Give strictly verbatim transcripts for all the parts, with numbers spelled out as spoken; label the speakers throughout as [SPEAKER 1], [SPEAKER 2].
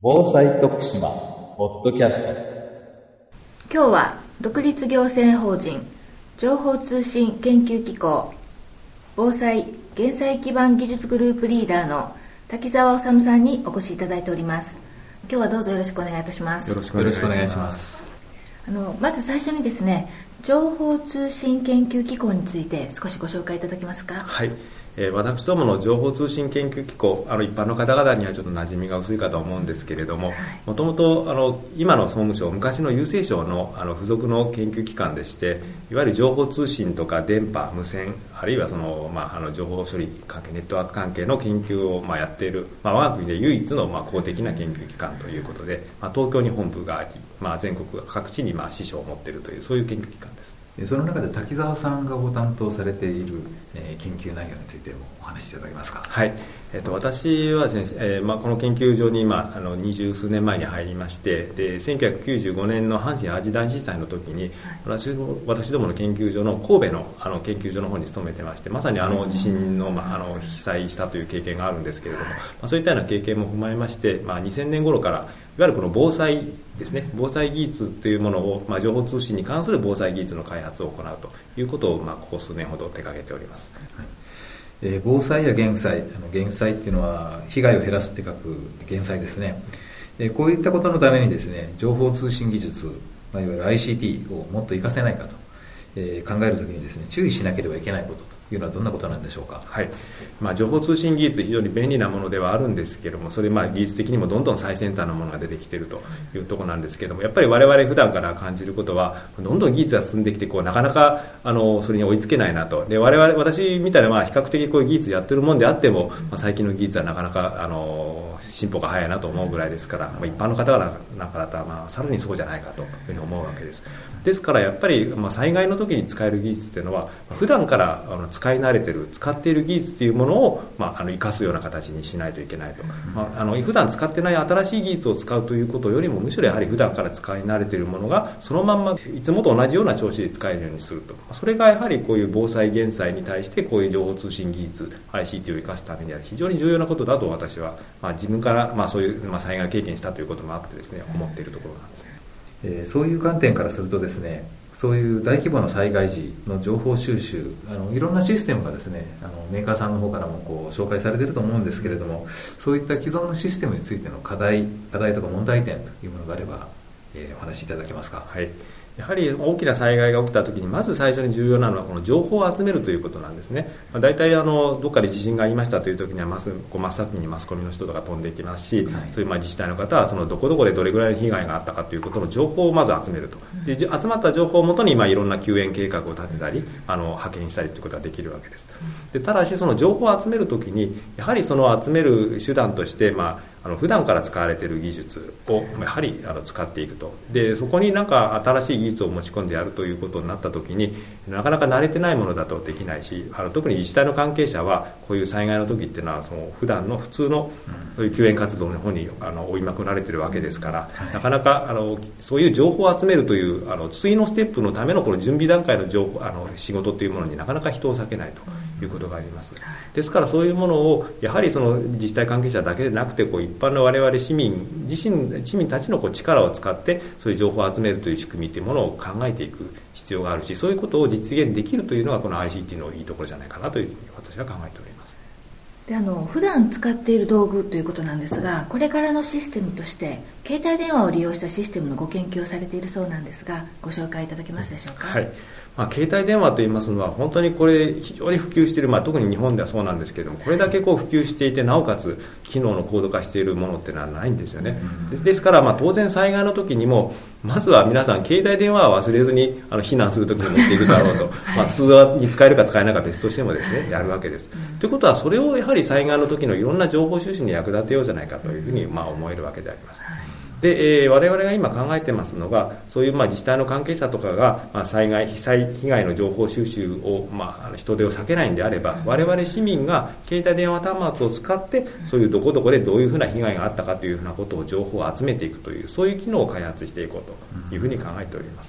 [SPEAKER 1] 防災徳島ポッドキャスト。
[SPEAKER 2] 今日は独立行政法人情報通信研究機構防災・減災基盤技術グループリーダーの滝沢治さんにお越しいただいております。今日はどうぞよろしくお願いいたします。
[SPEAKER 3] よろしくお願いします。
[SPEAKER 2] あのまず最初にですね、情報通信研究機構について少しご紹介いただけますか。
[SPEAKER 3] はい、えー、私どもの情報通信研究機構、あの一般の方々にはちょっと馴染みが薄いかと思うんですけれども、もともと今の総務省、昔の郵政省 の, あの付属の研究機関でして、いわゆる情報通信とか電波、無線、あるいはその、まあ、あの情報処理関係、ネットワーク関係の研究を、まあ、やっている、まあ、我が国で唯一の、まあ、公的な研究機関ということで、まあ、東京に本部があり、まあ、全国各地にまあ支所を持っているという、そういう研究機関です。
[SPEAKER 4] その中で滝沢さんがご担当されている、えー、研究内容についてもお話しいただけますか。
[SPEAKER 3] はい、えー、と私はですね、えーまあ、この研究所に今あの二十数年前に入りまして、でせんきゅうひゃくきゅうじゅうごねんの阪神・淡路大震災の時に、はい、私, 私どもの研究所の神戸 の, あの研究所の方に勤めてまして、まさにあの地震の、まあ、あの被災したという経験があるんですけれども、まあ、そういったような経験も踏まえまして、まあ、にせんねん頃からいわゆるこの防災ですね、防災技術というものを、まあ、情報通信に関する防災技術の開発を行うということを、まあ、ここ数年ほど手掛けております。
[SPEAKER 4] はい、えー、防災や減災、あの減災っていうのは被害を減らすって書く減災ですね。えー、こういったことのためにですね、情報通信技術、まあ、いわゆる アイシーティー をもっと活かせないかと、えー、考えるときにですね、注意しなければいけないことというのはどんなことなんでしょうか。
[SPEAKER 3] はい、まあ、情報通信技術、非常に便利なものではあるんですけれども、それまあ技術的にもどんどん最先端のものが出てきているというところなんですけれども、やっぱり我々普段から感じることは、どんどん技術が進んできて、こうなかなかあのそれに追いつけないなと。で、我々私みたいなまあ比較的こういう技術やってるもんであっても、まあ、最近の技術はなかなかあの進歩が早いなと思うぐらいですから、まあ、一般の方々なんかだったら、まあ、さらにそうじゃないかというふうに思うわけです。ですからやっぱり、まあ、災害の時に使える技術というのは、普段からあの使い慣れている、使っている技術というものを、まあ、あの生かすような形にしないといけないと。まあ、あの普段使ってない新しい技術を使うということよりも、むしろやはり普段から使い慣れているものがそのまんまいつもと同じような調子で使えるようにすると。それがやはりこういう防災減災に対してこういう情報通信技術 アイシーティー を生かすためには非常に重要なことだと私は、まあ、自分から、まあ、そういう、まあ、災害経験したということもあってですね、思っているところなんですね。
[SPEAKER 4] えー、そういう観点からするとですね、そういう大規模な災害時の情報収集、あのいろんなシステムがですね、あのメーカーさんの方からもこう紹介されていると思うんですけれども、そういった既存のシステムについての課題、課題とか問題点というものがあれば、えー、お話しいただけますか。
[SPEAKER 3] はい、やはり大きな災害が起きたときにまず最初に重要なのはこの情報を集めるということなんですね。まあ、大体あのどっかで地震がありましたというときにはまずこう真っ先にマスコミの人とか飛んでいきますし、はい、そういうまあ自治体の方はそのどこどこでどれぐらいの被害があったかということの情報をまず集めると。で集まった情報をもとにまあいろんな救援計画を立てたり、あの派遣したりということができるわけです。でただしその情報を集めるときにやはりその集める手段として、まああの普段から使われている技術をやはりあの使っていくと。でそこになんか新しい技術を持ち込んでやるということになったときになかなか慣れてないものだとできないし、あの特に自治体の関係者はこういう災害の時っていうのはその普段の普通のそういう救援活動の方にあの追いまくられているわけですから、なかなかあのそういう情報を集めるというあの次のステップのためのこの準備段階の情報あの仕事というものになかなか人を割けないということがあります。ですからそういうものをやはりその自治体関係者だけでなくてこう一般の我々市民自身市民たちのこう力を使ってそういう情報を集めるという仕組みというものを考えていく必要があるし、そういうことを実現できるというのがこの アイシーティー のいいところじゃないかなというふうに私は考えております。
[SPEAKER 2] であの普段使っている道具ということなんですが、これからのシステムとして携帯電話を利用したシステムのご研究をされているそうなんですが、ご紹介いただけますでしょうか。
[SPEAKER 3] はい、まあ、携帯電話といいますのは本当にこれ非常に普及している、まあ、特に日本ではそうなんですけれども、これだけこう普及していてなおかつ機能の高度化しているものっていうのはないんですよね。ですですからまあ当然災害の時にもまずは皆さん携帯電話は忘れずにあの避難する時に持っていくだろうと、まあ、通話に使えるか使えないか別としてもですねやるわけです。ということはそれをやはり災害の時のいろんな情報収集に役立てようじゃないかというふうにまあ思えるわけであります。で、えー、我々が今考えてますのが、そういうまあ自治体の関係者とかが、まあ、災害被災被害の情報収集を、まあ、あの人手を避けないんであれば、我々市民が携帯電話端末を使ってそういうどこどこでどういうふうな被害があったかというふうなことを情報を集めていくという、そういう機能を開発していこうというふうに考えております。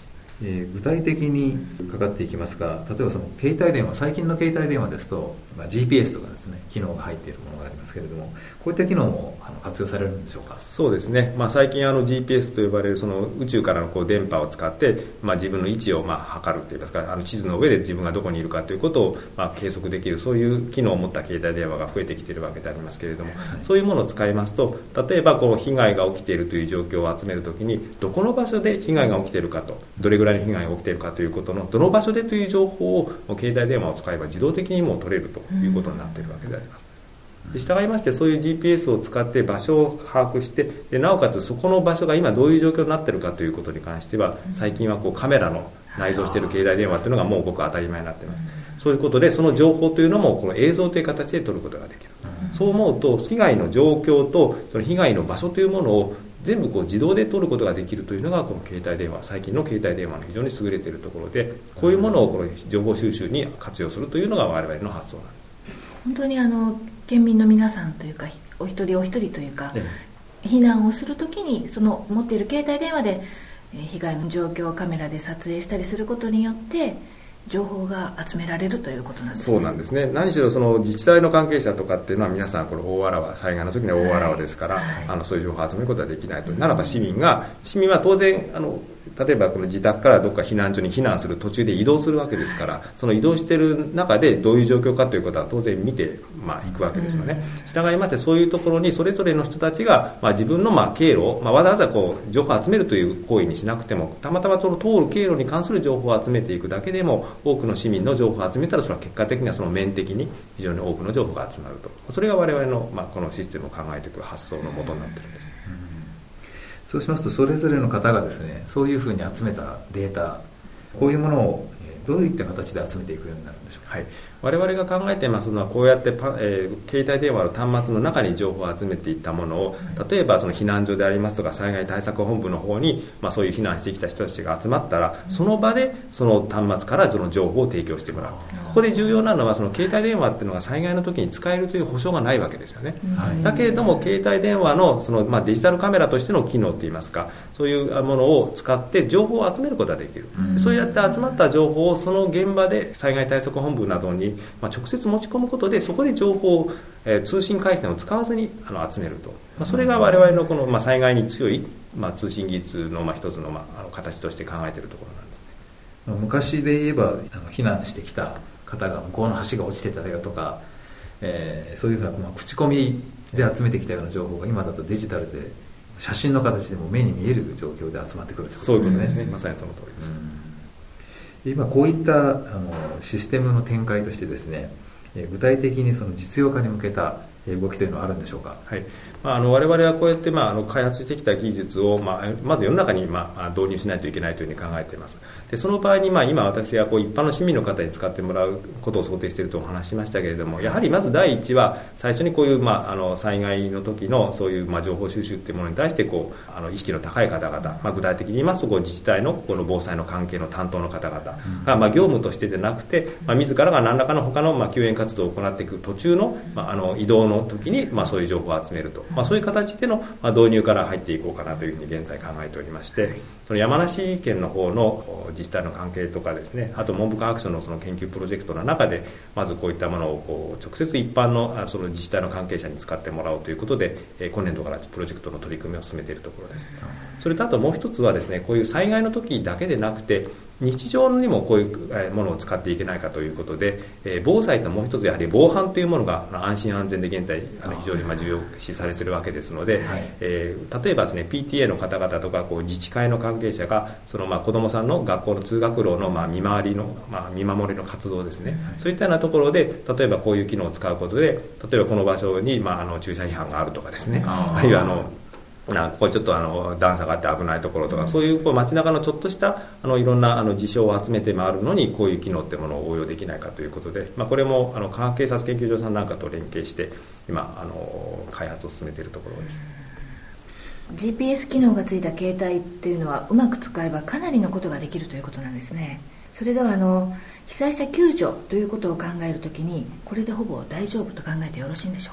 [SPEAKER 4] えー、具体的にかかっていきますが、例えばその携帯電話、最近の携帯電話ですと、まあ、ジーピーエス とかですね、機能が入っているものがありますけれども、こういった機能もあの活用されるんでしょうか。
[SPEAKER 3] そうですね、まあ、最近あの ジーピーエス と呼ばれるその宇宙からのこう電波を使って、まあ、自分の位置をまあ測るといいますか、あの地図の上で自分がどこにいるかということをまあ計測できる、そういう機能を持った携帯電話が増えてきているわけでありますけれども、はい、そういうものを使いますと、例えばこの被害が起きているという状況を集めるときに、どこの場所で被害が起きているかと、どれぐらいの被害が起きているかということのどの場所でという情報を携帯電話を使えば自動的にもう取れるということになっているわけであります。で従いまして、そういう ジーピーエス を使って場所を把握して、でなおかつそこの場所が今どういう状況になっているかということに関しては、最近はこうカメラの内蔵している携帯電話というのがもうごく当たり前になっています。そういうことでその情報というのもこの映像という形で取ることができる。そう思うと被害の状況とその被害の場所というものを全部こう自動で取ることができるというのがこの携帯電話、最近の携帯電話の非常に優れているところで、こういうものをこの情報収集に活用するというのが我々の発想なんです。
[SPEAKER 2] 本当にあの県民の皆さんというか、お一人お一人というか、ええ、避難をするときにその持っている携帯電話で被害の状況をカメラで撮影したりすることによって情報が集められるということなんですね。
[SPEAKER 3] そうなんですね。何しろその自治体の関係者とかっていうのは皆さんこの大わらわ、災害の時には大わらわですから、はい、あのそういう情報を集めることはできないと、ならば市民が市民は当然あの例えばこの自宅からどこか避難所に避難する途中で移動するわけですから、その移動している中でどういう状況かということは当然見て、まあ、いくわけですよね。従いましてそういうところにそれぞれの人たちが、まあ、自分のまあ経路を、まあ、わざわざこう情報を集めるという行為にしなくても、たまたまその通る経路に関する情報を集めていくだけでも多くの市民の情報を集めたら、それは結果的にはその面的に非常に多くの情報が集まると、それが我々の、まあ、このシステムを考えていく発想の元になっているんです。
[SPEAKER 4] そうしますと、それぞれの方がですね、そういうふうに集めたデータ、こういうものをどういった形で集めていくようになるんでしょうか。
[SPEAKER 3] はい、我々が考えていますのは、こうやってパ、えー、携帯電話の端末の中に情報を集めていったものを、例えばその避難所でありますとか災害対策本部の方に、まあ、そういう避難してきた人たちが集まったら、その場でその端末からその情報を提供してもらう。ここで重要なのは、その携帯電話っていうのが災害の時に使えるという保証がないわけですよね。はい、だけれども携帯電話の、その、まあ、デジタルカメラとしての機能といいますか、そういうものを使って情報を集めることができる。そうやって集まった情報をその現場で災害対策本部などに、まあ、直接持ち込むことで、そこで情報を、えー、通信回線を使わずにあの集めると、まあ、それが我々のこの、まあ、災害に強い、まあ、通信技術の、まあ、一つの、まあ、あの形として考えているところなんですね。
[SPEAKER 4] 昔で言えばあの避難してきた方が向こうの橋が落ちてたよとか、えー、そういうふうな、まあ、口コミで集めてきたような情報が今だとデジタルで写真の形でも目に見える状況で集まってくるということですね。そうですね、まさにその通りです。うん、今こういったあのシステムの展開としてですね、具体的にその実用化に向けた動きというのはあるんでしょうか。
[SPEAKER 3] はい、まあ、あの我々はこうやって、まあ、あの開発してきた技術を、まあ、まず世の中に、まあ、導入しないといけないというふうに考えています。でその場合に、まあ、今私がこう一般の市民の方に使ってもらうことを想定しているとお話ししましたけれども、やはりまず第一は最初にこういう、まあ、あの災害の時のそういう、まあ、情報収集というものに対してこうあの意識の高い方々、まあ、具体的に言いますとこう自治体のこの防災の関係の担当の方々が、まあ、業務としてでなくて、まあ、自らが何らかの他の、まあ、救援活動を行っていく途中の、まあ、あの移動の時に、まあ、そういう情報を集めると、まあ、そういう形での、まあ、導入から入っていこうかなというふうに現在考えておりまして、その山梨県の方の自治体の関係とかですね、あと文部科学省のその研究プロジェクトの中でまずこういったものをこう直接一般のその自治体の関係者に使ってもらおうということで、今年度からプロジェクトの取り組みを進めているところです。それとあともう一つはですね、こういう災害の時だけでなくて日常にもこういうものを使っていけないかということで、防災ともう一つやはり防犯というものが安心安全で現在非常に重要視されているわけですので、はい、えー、例えばですね ピーティーエー の方々とかこう自治会の関係者がそのまあ子どもさんの学校の通学路のまあ見回りの、まあ、見守りの活動ですね、はい、そういったようなところで例えばこういう機能を使うことで、例えばこの場所にまああの駐車違反があるとかですね、あ, あるいはあのここちょっとあの段差があって危ないところとか、そういうこう街中のちょっとしたあのいろんなあの事象を集めて回るのにこういう機能ってものを応用できないかということで、まあ、これもあの科学警察研究所さんなんかと連携して今あの開発を進めているところです。
[SPEAKER 2] ジーピーエス 機能がついた携帯っていうのはうまく使えばかなりのことができるということなんですね。それではあの被災者救助ということを考えるときにこれでほぼ大丈夫と考えてよろしいんでしょうか。
[SPEAKER 3] は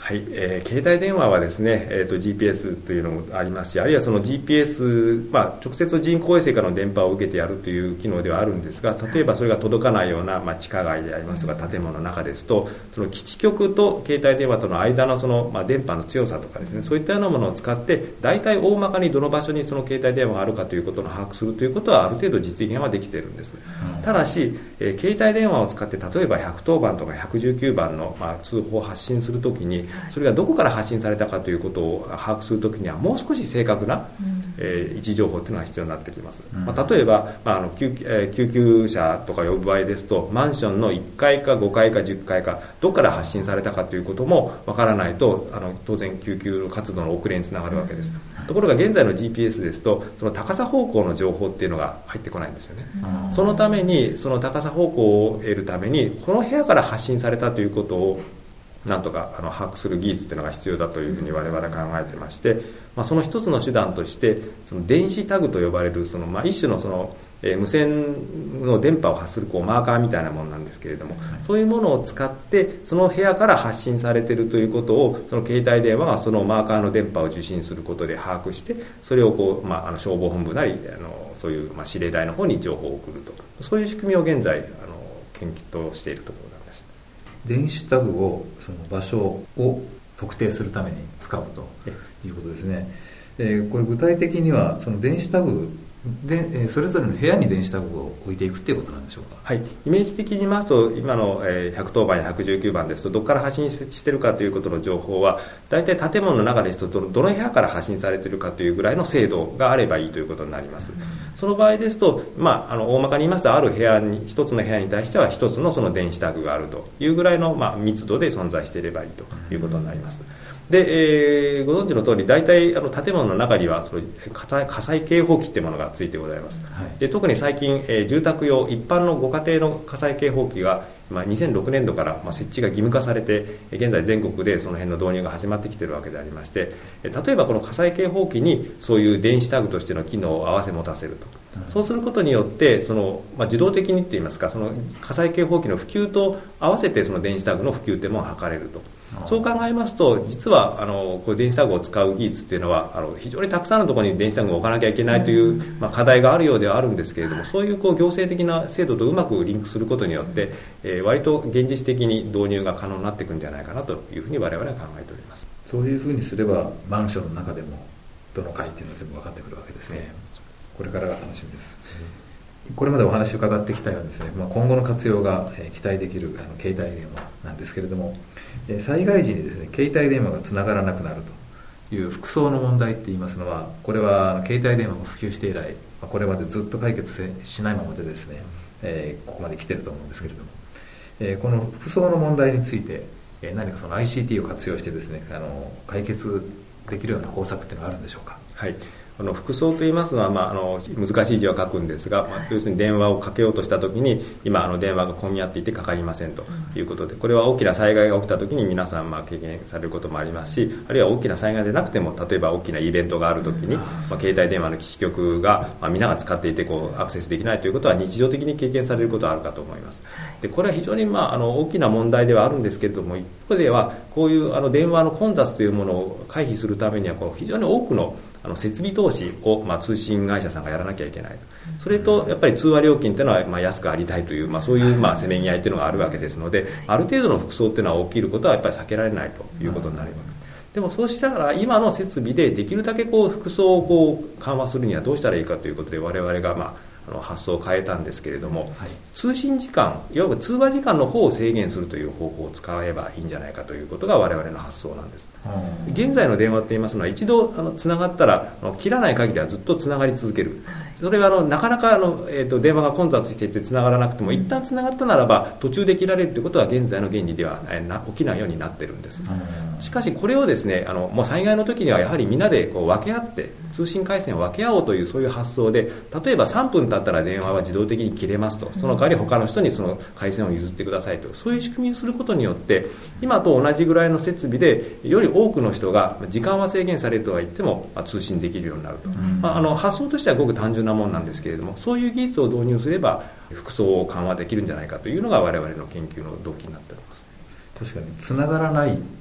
[SPEAKER 3] はい、えー、携帯電話はですね、えー、と ジーピーエス というのもありますし、あるいはその ジーピーエス、まあ、直接人工衛星からの電波を受けてやるという機能ではあるんですが、例えばそれが届かないような、まあ、地下街でありますとか建物の中ですと、その基地局と携帯電話との間のその、まあ、電波の強さとかですね、そういったようなものを使って大体大まかにどの場所にその携帯電話があるかということを把握するということはある程度実現はできているんです。ただし、えー、携帯電話を使って例えばひゃくとおばんとかひゃくじゅうきゅうばんの、まあ、通報を発信するときに、それがどこから発信されたかということを把握するときにはもう少し正確な、うんえー、位置情報というのが必要になってきます、うんまあ、例えば、まあ、あの 救, えー、救急車とか呼ぶ場合ですと、マンションのいっかいかごかいかじゅっかいかどこから発信されたかということもわからないと、あの当然救急活動の遅れにつながるわけです、うん、ところが現在の ジーピーエス ですと、その高さ方向の情報っていうのが入ってこないんですよね、うん、そのためにその高さ方向を得るためにこの部屋から発信されたということをなんとかあの把握する技術というのが必要だというふうに我々は考えていまして、まあ、その一つの手段としてその電子タグと呼ばれるその、まあ、一種のその、えー、無線の電波を発するこうマーカーみたいなものなんですけれども、はい、そういうものを使ってその部屋から発信されているということをその携帯電話がそのマーカーの電波を受信することで把握して、それをこう、まあ、あの消防本部なりあのそういう、まあ、指令台の方に情報を送ると、そういう仕組みを現在あの研究としているところなんです。
[SPEAKER 4] 電子タグをその場所を特定するために使うということですね。えー、これ具体的にはその電子タグでそれぞれの部屋に電子タグを置いていくっていうことなんでしょうか。
[SPEAKER 3] はい、イメージ的に言いますと今のひゃくとおばんやひゃくじゅうきゅうばんですとどこから発信しているかということの情報は大体建物の中ですとどの部屋から発信されているかというぐらいの精度があればいいということになります。うん、その場合ですと、まあ、あの大まかに言いますとある部屋に一つの部屋に対しては一つのその電子タグがあるというぐらいの、まあ、密度で存在していればいいということになります。で、えー、ご存知の通り大体あの建物の中にはその火災警報器というものがついてございます。はい、で特に最近、えー、住宅用一般のご家庭の火災警報器がまあ、にせんろくねんどから、まあ、設置が義務化されて現在全国でその辺の導入が始まってきているわけでありまして、例えばこの火災警報器にそういう電子タグとしての機能を併せ持たせると、うん、そうすることによってその、まあ、自動的にといいますかその火災警報器の普及と合わせてその電子タグの普及というのも図れると。そう考えますと実はあのこう電子タグを使う技術というのはあの非常にたくさんのところに電子タグを置かなきゃいけないという、まあ、課題があるようではあるんですけれども、そういうこう行政的な制度とうまくリンクすることによって、えー、割と現実的に導入が可能になっていくんじゃないかなというふうに我々は考えております。
[SPEAKER 4] そういうふうにすればマンションの中でもどの階っていうのは全部分かってくるわけですね。ね、これからが楽しみです。うん、これまでお話を伺ってきたようにですね、まあ、今後の活用が期待できるあの携帯電話なんですけれども、災害時にですね携帯電話がつながらなくなるという複層の問題って言いますのは、これは携帯電話が普及して以来これまでずっと解決しないままでですね、えー、ここまで来てると思うんですけれども、えー、この複層の問題について、えー、何かその アイシーティー を活用してですねあの解決できるような方策っていうのはあるんでしょうか。
[SPEAKER 3] はい、あの複層といいますのは、まあ、あの難しい字は書くんですが、まあ、要するに電話をかけようとしたときに今あの電話が混み合っていてかかりませんということで、これは大きな災害が起きたときに皆さんまあ経験されることもありますし、あるいは大きな災害でなくても例えば大きなイベントがあるときに、まあ、携帯電話の基地局が、まあ、皆が使っていてこうアクセスできないということは日常的に経験されることはあるかと思います。でこれは非常に、まあ、あの大きな問題ではあるんですけれども、一方ではこういうあの電話の混雑というものを回避するためにはこう非常に多くのあの設備投資を、まあ、通信会社さんがやらなきゃいけないと。それとやっぱり通話料金というのは、まあ、安くありたいという、まあ、そういう、まあ、せめぎ合いというのがあるわけですので、ある程度の複層というのは起きることはやっぱり避けられないということになります。でもそうしたら今の設備でできるだけこう複層をこう緩和するにはどうしたらいいかということで我々が、まあ、あの発想を変えたんですけれども、はい、通信時間いわば通話時間の方を制限するという方法を使えばいいんじゃないかということが我々の発想なんです。現在の電話といいますのは一度あのつながったらあの切らない限りはずっとつながり続ける。それはあのなかなかあの、えー、と電話が混雑していてつながらなくても一旦つながったならば途中で切られるということは現在の原理では、えー、な起きないようになっているんです。しかしこれをですねあのもう災害の時にはやはりみんなでこう分け合って通信回線を分け合おうというそういう発想で、例えばさんぷん経ったら電話は自動的に切れますと、その代わり他の人にその回線を譲ってくださいと、そういう仕組みにすることによって今と同じぐらいの設備でより多くの人が時間は制限されるとは言っても、まあ、通信できるようになると、まあ、あの発想としてはごく単純なものなんですけれども、そういう技術を導入すれば複層を緩和できるんじゃないかというのが我々の研究の動機になっております。
[SPEAKER 4] 確かにつながらない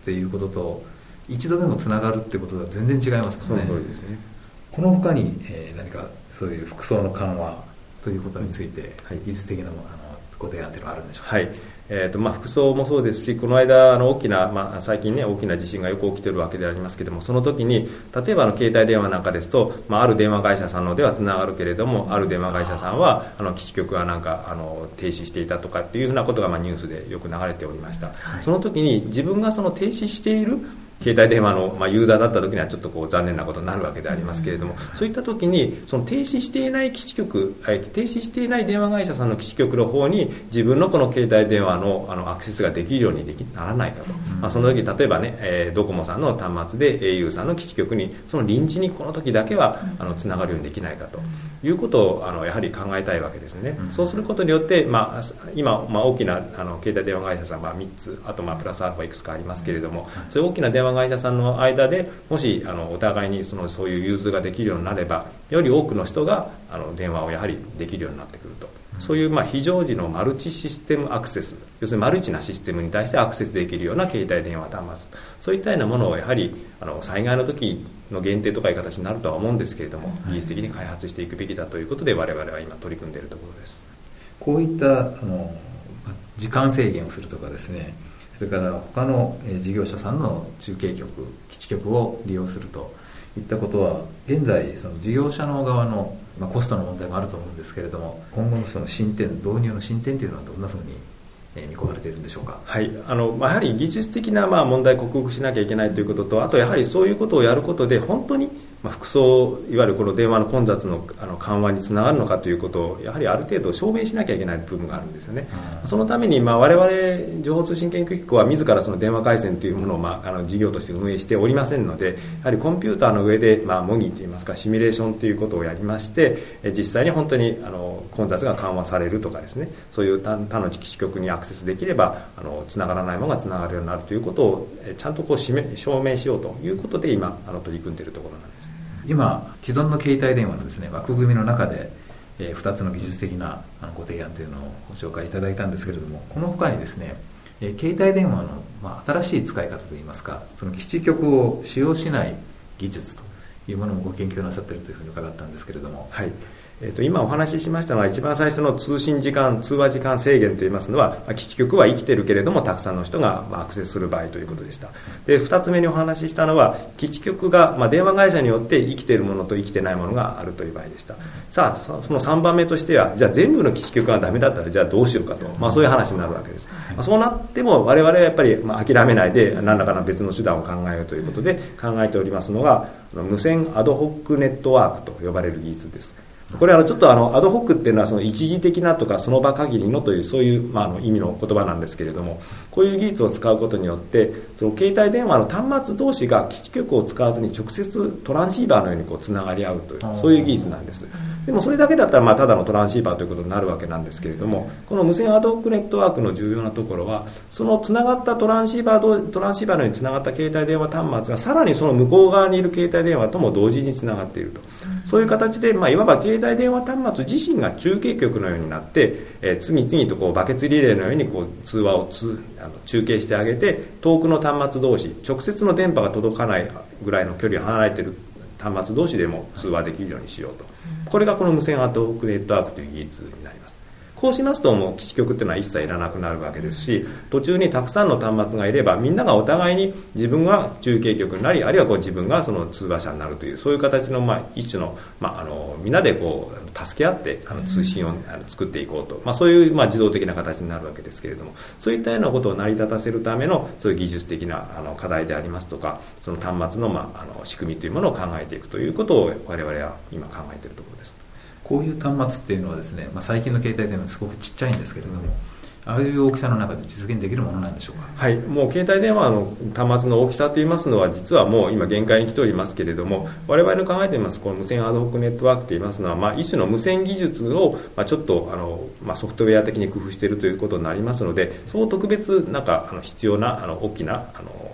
[SPEAKER 4] っていうことと一度でもつながるってことは全然違いますもんね。
[SPEAKER 3] その通りですね。
[SPEAKER 4] この他に、えー、何かそういう服装の緩和ということについて、はい、技術的なあのご提案というのはあるんでしょうか。
[SPEAKER 3] はい、えーとまあ、服装もそうですし、この間あの大きな、まあ、最近ね大きな地震がよく起きているわけでありますけれども、その時に例えばあの携帯電話なんかですと、まあ、ある電話会社さんのではつながるけれども、ある電話会社さんはあの基地局がなんかあの停止していたとかっていうふうなことが、まあ、ニュースでよく流れておりました。はい、その時に自分がその停止している携帯電話の、まあ、ユーザーだった時にはちょっとこう残念なことになるわけでありますけれども、そういった時にその停止していない基地局、停止していない電話会社さんの基地局の方に自分のこの携帯電話 の, あのアクセスができるようにできならないかと、まあ、その時例えばね、えー、ドコモさんの端末で エーユー さんの基地局にその臨時にこの時だけはあのつながるようにできないかということをあのやはり考えたいわけですね。そうすることによって、まあ、今、まあ、大きなあの携帯電話会社さんはみっつ、あとまあプラスアルファいくつかありますけれども、そういう大きな電話会社さんの間でもしあのお互いにそのそういう融通ができるようになれば、より多くの人があの電話をやはりできるようになってくると、そういうまあ非常時のマルチシステムアクセス、要するにマルチなシステムに対してアクセスできるような携帯電話端末、そういったようなものをやはりあの災害の時の限定とかいう形になるとは思うんですけれども、技術的に開発していくべきだということで我々は今取り組んでいるところです。
[SPEAKER 4] こういったあの時間制限をするとかですね、それから他の事業者さんの中継局、基地局を利用するといったことは、現在その事業者の側の、まあ、コストの問題もあると思うんですけれども、今後のその進展、導入の進展というのはどんなふうに見込まれているんでしょうか。
[SPEAKER 3] はい、あのやはり技術的なまあ問題を克服しなきゃいけないということと、あとやはりそういうことをやることで本当にまあ服装、いわゆるこの電話の混雑 の, あの緩和につながるのかということをやはりある程度証明しなきゃいけない部分があるんですよね。そのためにまあ我々情報通信研究機構は自らその電話回線というものをまああの事業として運営しておりませんので、やはりコンピューターの上でまあ模擬といいますかシミュレーションということをやりまして、実際に本当にあの混雑が緩和されるとかですね、そういう他の基地局にアクセスできればあのつながらないものがつながるようになるということをちゃんとこう証明しようということで今あの取り組んでいるところなんです。
[SPEAKER 4] 今既存の携帯電話のですね枠組みの中で、えー、ふたつの技術的なあのご提案というのをご紹介いただいたんですけれども、この他にですね、えー、携帯電話の、まあ、新しい使い方といいますか、その基地局を使用しない技術というものもご研究なさっているというふうに伺ったんですけれども。
[SPEAKER 3] はい、えー、と今お話ししましたのは、一番最初の通信時間、通話時間制限といいますのは、基地局は生きているけれどもたくさんの人がアクセスする場合ということでした。でふたつめにお話ししたのは、基地局が、まあ、電話会社によって生きているものと生きていないものがあるという場合でした。さあそのさんばんめとしては、じゃあ全部の基地局がダメだったらじゃあどうしようかと、まあ、そういう話になるわけです。まあ、そうなっても我々はやっぱり、まあ、諦めないで何らかの別の手段を考えようということで考えておりますのが、無線アドホックネットワークと呼ばれる技術です。これはちょっとあのアドホックっていうのはその一時的なとかその場限りのというそういう、まあ、あの意味の言葉なんですけれども、こういう技術を使うことによってその携帯電話の端末同士が基地局を使わずに直接トランシーバーのようにこうつながり合うという、そういう技術なんです。でもそれだけだったらまあただのトランシーバーということになるわけなんですけれども、この無線アドホックネットワークの重要なところは、そのつながったトランシーバートランシーバーのようにつながった携帯電話端末がさらにその向こう側にいる携帯電話とも同時につながっていると、そういう形で、まあ、いわば携帯電話端末自身が中継局のようになって、えー、次々とこうバケツリレーのようにこう通話をつあの中継してあげて、遠くの端末同士、直接の電波が届かないぐらいの距離を離れている端末同士でも通話できるようにしようと、これがこの無線アドホックネットワークという技術になります。こうしますともう基地局っていうのは一切いらなくなるわけですし、途中にたくさんの端末がいればみんながお互いに自分が中継局になり、あるいはこう自分がその通話者になるという、そういう形のまあ一種の、まあ、あのみんなでこう助け合ってあの通信をあの作っていこうと、まあ、そういうまあ自動的な形になるわけですけれども、そういったようなことを成り立たせるためのそういう技術的なあの課題でありますとか、その端末のまああの仕組みというものを考えていくということを我々は今考えているところです。
[SPEAKER 4] こういう端末っていうのはですね、まあ、最近の携帯電話すごくちっちゃいんですけれども、ああいう大きさの中で実現できるものなんでしょうか。
[SPEAKER 3] はい、もう携帯電話の端末の大きさといいますのは実はもう今限界に来ておりますけれども、我々の考えていますこの無線アドホックネットワークといいますのは、まあ、一種の無線技術を、まあ、ちょっとあの、まあ、ソフトウェア的に工夫しているということになりますので、そう特別なんかあの必要なあの大きなあの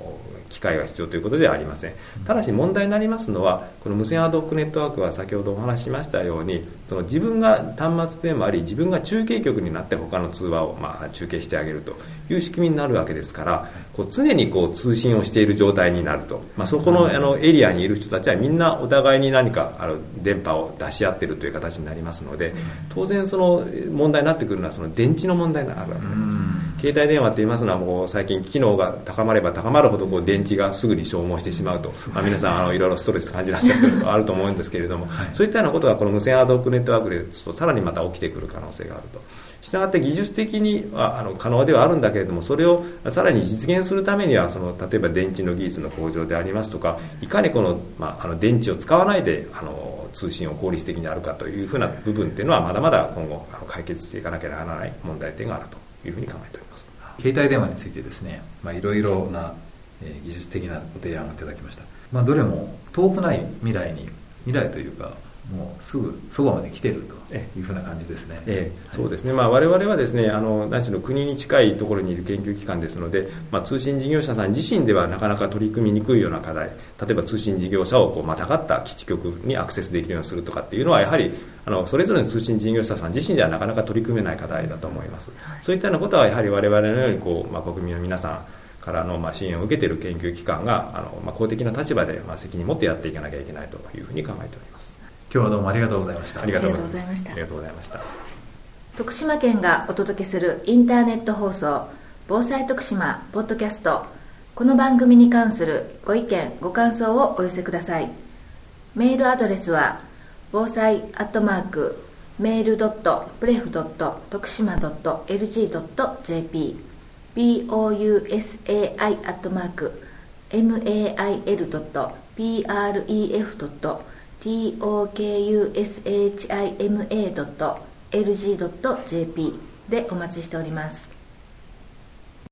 [SPEAKER 3] 機会が必要ということではありません。ただし問題になりますのは、この無線アドホックネットワークは先ほどお話ししましたように、その自分が端末でもあり、自分が中継局になって他の通話をまあ中継してあげるという仕組みになるわけですから、こう常にこう通信をしている状態になると、まあ、そこの、あのエリアにいる人たちはみんなお互いに何かあの電波を出し合っているという形になりますので、当然その問題になってくるのはその電池の問題があるわけなんです。携帯電話って言いますのは、もう最近機能が高まれば高まるほどこう電池がすぐに消耗してしまうと、まあ、皆さんあのいろいろストレス感じらっしゃるというのがあると思うんですけれども、はい、そういったようなことがこの無線アドホックネットワークですとさらにまた起きてくる可能性があると。したがって技術的にはあの可能ではあるんだけれども、それをさらに実現するためにはその例えば電池の技術の向上でありますとか、いかにこの、まあ、あの電池を使わないであの通信を効率的にやるかというふうな部分っていうのはまだまだ今後あの解決していかなければならない問題点があるというふうに考えております。
[SPEAKER 4] 携帯電話についてですね、まあ、いろいろな、えー、技術的なご提案をいただきました。まあ、どれも遠くない未来に、未来というかもうすぐそばまで来ているというふうな感じですね。
[SPEAKER 3] ええ、そうですね。まあ、我々はですね、あの何しろ国に近いところにいる研究機関ですので、まあ、通信事業者さん自身ではなかなか取り組みにくいような課題、例えば通信事業者をこうまたがった基地局にアクセスできるようにするとかっていうのは、やはりあのそれぞれの通信事業者さん自身ではなかなか取り組めない課題だと思います。そういったようなことはやはり我々のようにこう、まあ、国民の皆さんからのまあ支援を受けている研究機関があのまあ公的な立場でまあ責任を持ってやっていかなきゃいけないというふうに考えております。
[SPEAKER 4] 今日はどうもありがとうございました。
[SPEAKER 3] ありがとうご
[SPEAKER 2] ざいました。
[SPEAKER 3] ありがとうございました。
[SPEAKER 2] 徳島県がお届けするインターネット放送防災徳島ポッドキャスト。この番組に関するご意見ご感想をお寄せください。メールアドレスは防災アットマークメールドットプレフドット徳島ドットエルジードットジェーピー ボウサイアットマークメールドットプレフドットトクシマドットエルジードットジェーピー でお待ちしております。